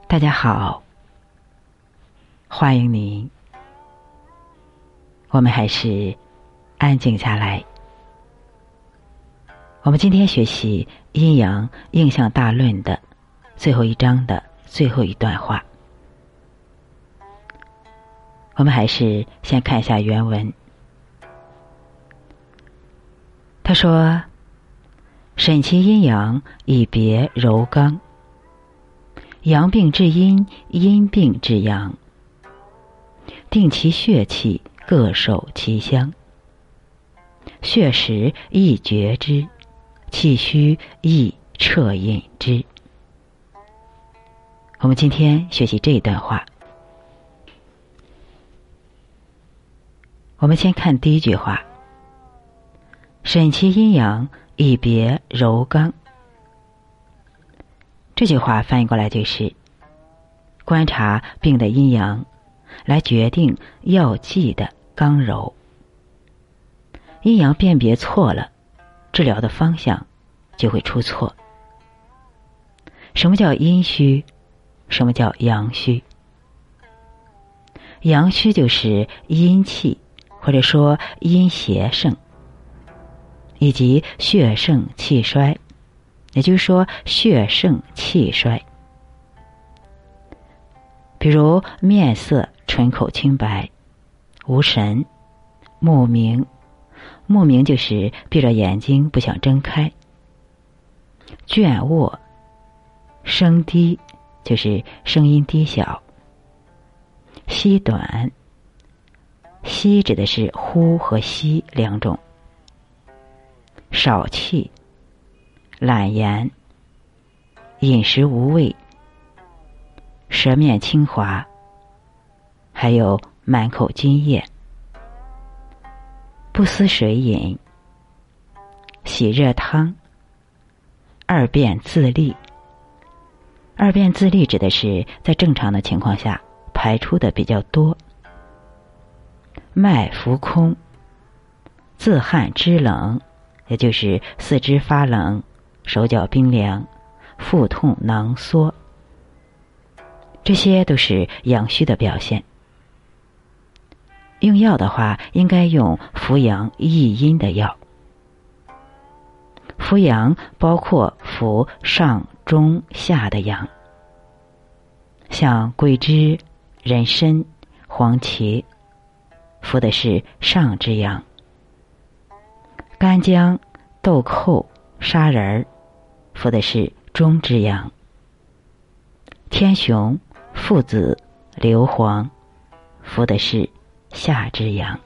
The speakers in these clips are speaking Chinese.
大家好，欢迎您。我们还是安静下来。我们今天学习阴阳应象大论的最后一章的最后一段话。我们还是先看一下原文。他说：审其阴阳，以别柔刚。阳病治阴，阴病治阳。定其血气，各守其乡。血实易决之，气虚易彻引之。我们今天学习这一段话。我们先看第一句话：审其阴阳，以别柔刚。这句话翻译过来就是观察病的阴阳，来决定药剂的刚柔。阴阳辨别错了，治疗的方向就会出错。什么叫阴虚？什么叫阳虚？阳虚就是阴气，或者说阴邪盛，以及血盛气衰，也就是说血盛气衰。比如面色唇口清白，无神，目明。目明就是闭着眼睛不想睁开。倦卧，声低就是声音低小。息短，息指的是呼和吸两种。少气，懒言，饮食无味，舌面清滑，还有满口津液。不思水饮，洗热汤，二便自利。二便自利指的是在正常的情况下排出的比较多。脉浮空，自汗肢冷，也就是四肢发冷，手脚冰凉，腹痛囊缩，这些都是阳虚的表现。用药的话，应该用扶阳益阴的药。扶阳包括扶上中下的阳，像桂枝、人参、黄芪，扶的是上之阳。干姜、豆蔻、砂仁，扶的是中之阳。天雄、附子、硫磺，扶的是下之阳。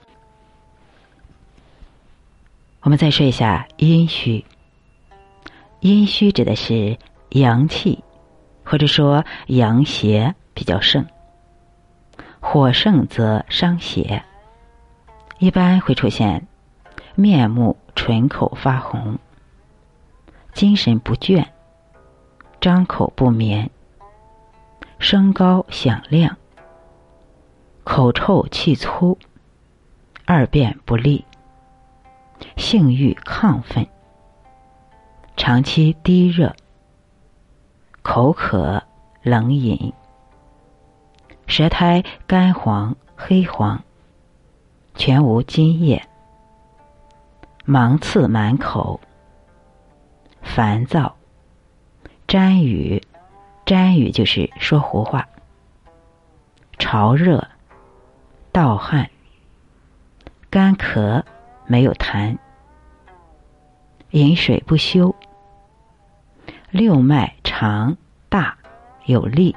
我们再说一下阴虚。阴虚指的是阳气，或者说阳邪比较盛。火盛则伤血，一般会出现面目唇口发红，精神不倦，张口不眠，声高响亮，口臭气粗，二便不利，性欲亢奋，长期低热，口渴冷饮，舌苔干黄黑黄，全无津液，芒刺满口，烦躁，沾语，沾语就是说胡话，潮热，盗汗，干咳没有痰，饮水不休，六脉长大有力，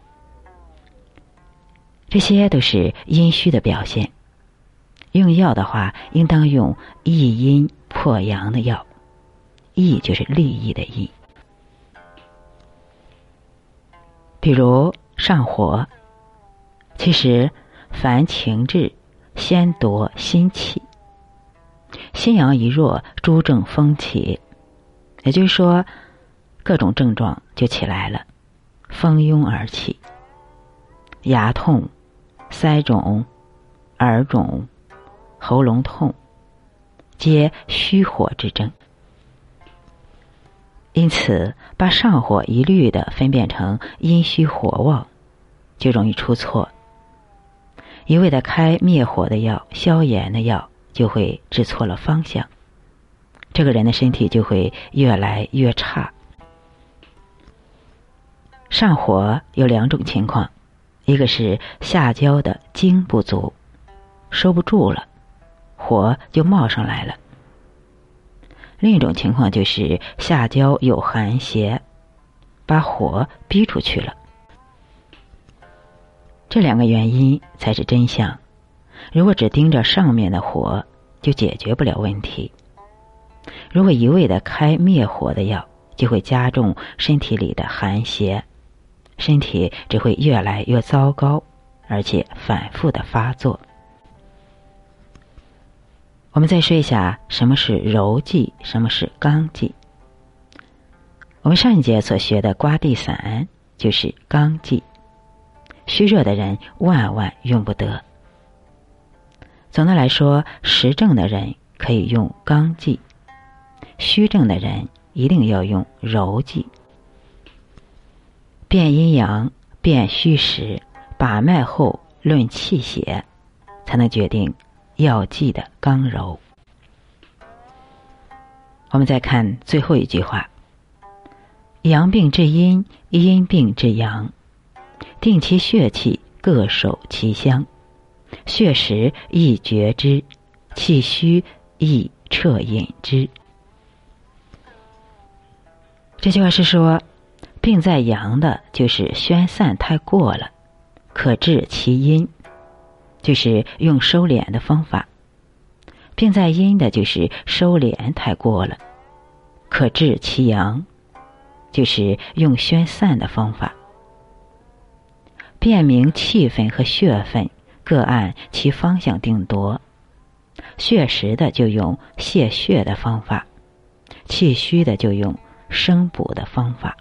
这些都是阴虚的表现。用药的话，应当用益阴破阳的药。益就是利益的益。比如上火，其实凡情志，先夺心气。心阳一弱，诸症风起，也就是说各种症状就起来了，蜂拥而起。牙痛、腮肿、耳肿、喉咙痛，皆虚火之症。 因此把上火一律的分辨成阴虚火旺，就容易出错。一味的开灭火的药、消炎的药，就会治错了方向，这个人的身体就会越来越差。上火有2种情况，一个是下焦的精不足，收不住了，火就冒上来了。另一种情况就是下焦有寒邪，把火逼出去了。这2个原因才是真相。如果只盯着上面的火，就解决不了问题。如果一味的开灭火的药，就会加重身体里的寒邪，身体只会越来越糟糕，而且反复的发作。我们再说一下什么是柔剂，什么是刚剂。我们上一节所学的瓜地散就是刚剂，虚热的人万万用不得。总的来说，实症的人可以用刚剂，虚症的人一定要用柔剂。辨阴阳、辨虚实，把脉后论气血，才能决定药剂的刚柔。我们再看最后一句话：阳病治阴，阴病治阳，定其血气，各守其乡，血实亦决之，气虚亦彻饮之。这句话是说，病在阳的就是宣散太过了，可治其阴，就是用收敛的方法；病在阴的就是收敛太过了，可治其阳，就是用宣散的方法。辨明气分和血分，各按其方向定夺。血实的就用泻血的方法，气虚的就用生补的方法。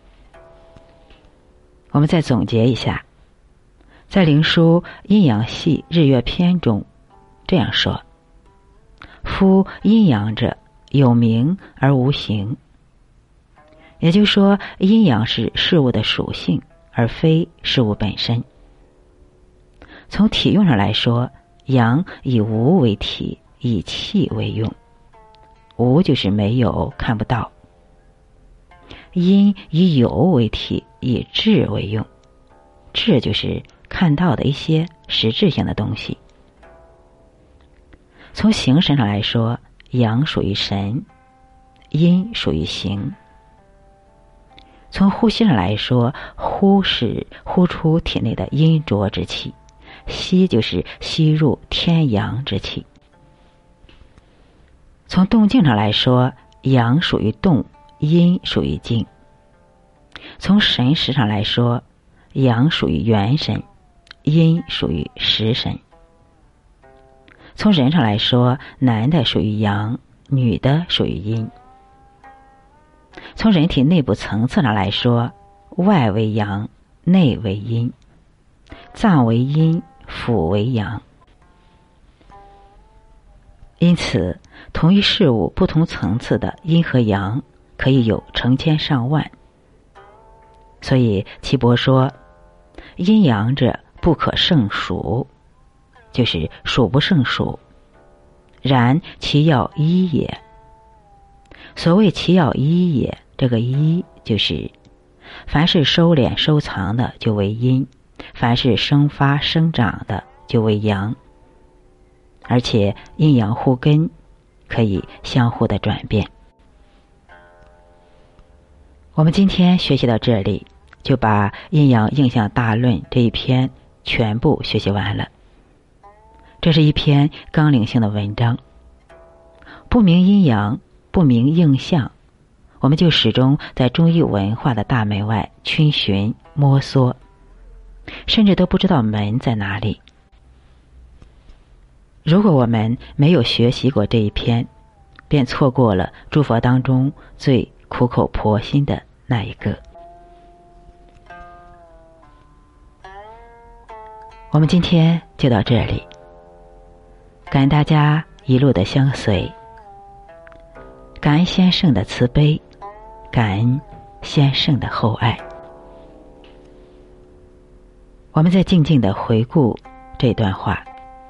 我们再总结一下，在灵枢阴阳系日月篇中这样说：夫阴阳者，有名而无形。也就是说，阴阳是事物的属性，而非事物本身。从体用上来说，阳以无为体，以气为用。无就是没有，看不到。阴以有为体，以质为用。质就是看到的一些实质性的东西。从形神上来说，阳属于神，阴属于形。从呼吸上来说，呼是呼出体内的阴浊之气，吸就是吸入天阳之气。从动静上来说，阳属于动，阴属于静。从神识上来说，阳属于元神，阴属于时神。从人上来说，男的属于阳，女的属于阴。从人体内部层次上来说，外为阳，内为阴，脏为阴，腑为阳。因此，同一事物不同层次的阴和阳可以有成千上万。所以岐伯说，阴阳者不可胜数，就是数不胜数，然其要一也。所谓其要一也，这个一就是凡是收敛收藏的就为阴，凡是生发生长的就为阳，而且阴阳互根，可以相互的转变。我们今天学习到这里，就把阴阳应象大论这一篇全部学习完了。这是一篇纲领性的文章，不明阴阳，不明应象，我们就始终在中医文化的大门外逡巡摸索，甚至都不知道门在哪里。如果我们没有学习过这一篇，便错过了诸佛当中最苦口婆心的那一个。我们今天就到这里，感恩大家一路的相随，感恩先生的慈悲，感感恩先生的厚爱。我们再静静地回顾这段话：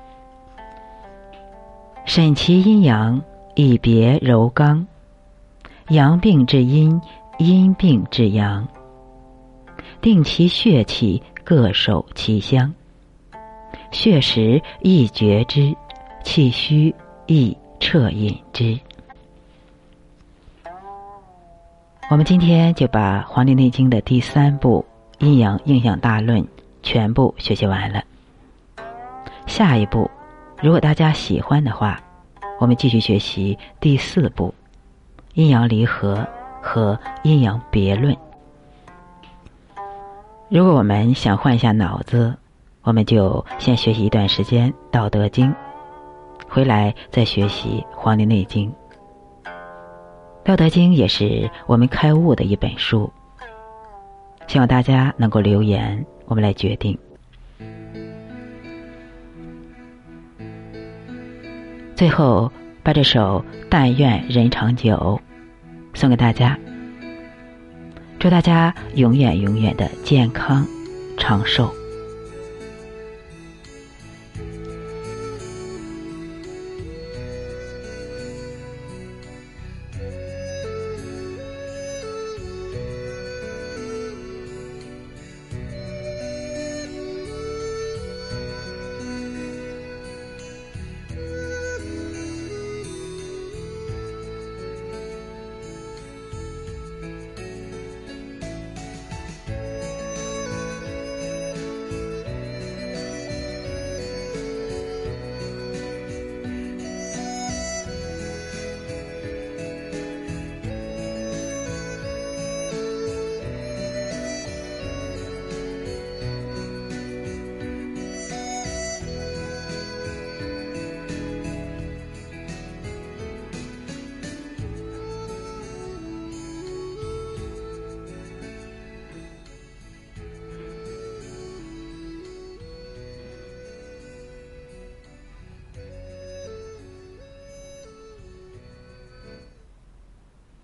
审其阴阳，以别柔刚，阳病治阴，阴病治阳，定其血气，各守其乡。血实亦觉之，气虚亦彻饮之。我们今天就把《黄帝内经》的第3部《阴阳应象大论》全部学习完了。下一步，如果大家喜欢的话，我们继续学习第4部《阴阳离合》和阴阳别论。如果我们想换一下脑子，我们就先学习一段时间《道德经》，回来再学习《黄帝内经》。《道德经》也是我们开悟的一本书，希望大家能够留言，我们来决定。最后把这首《但愿人长久》送给大家，祝大家永远的健康长寿。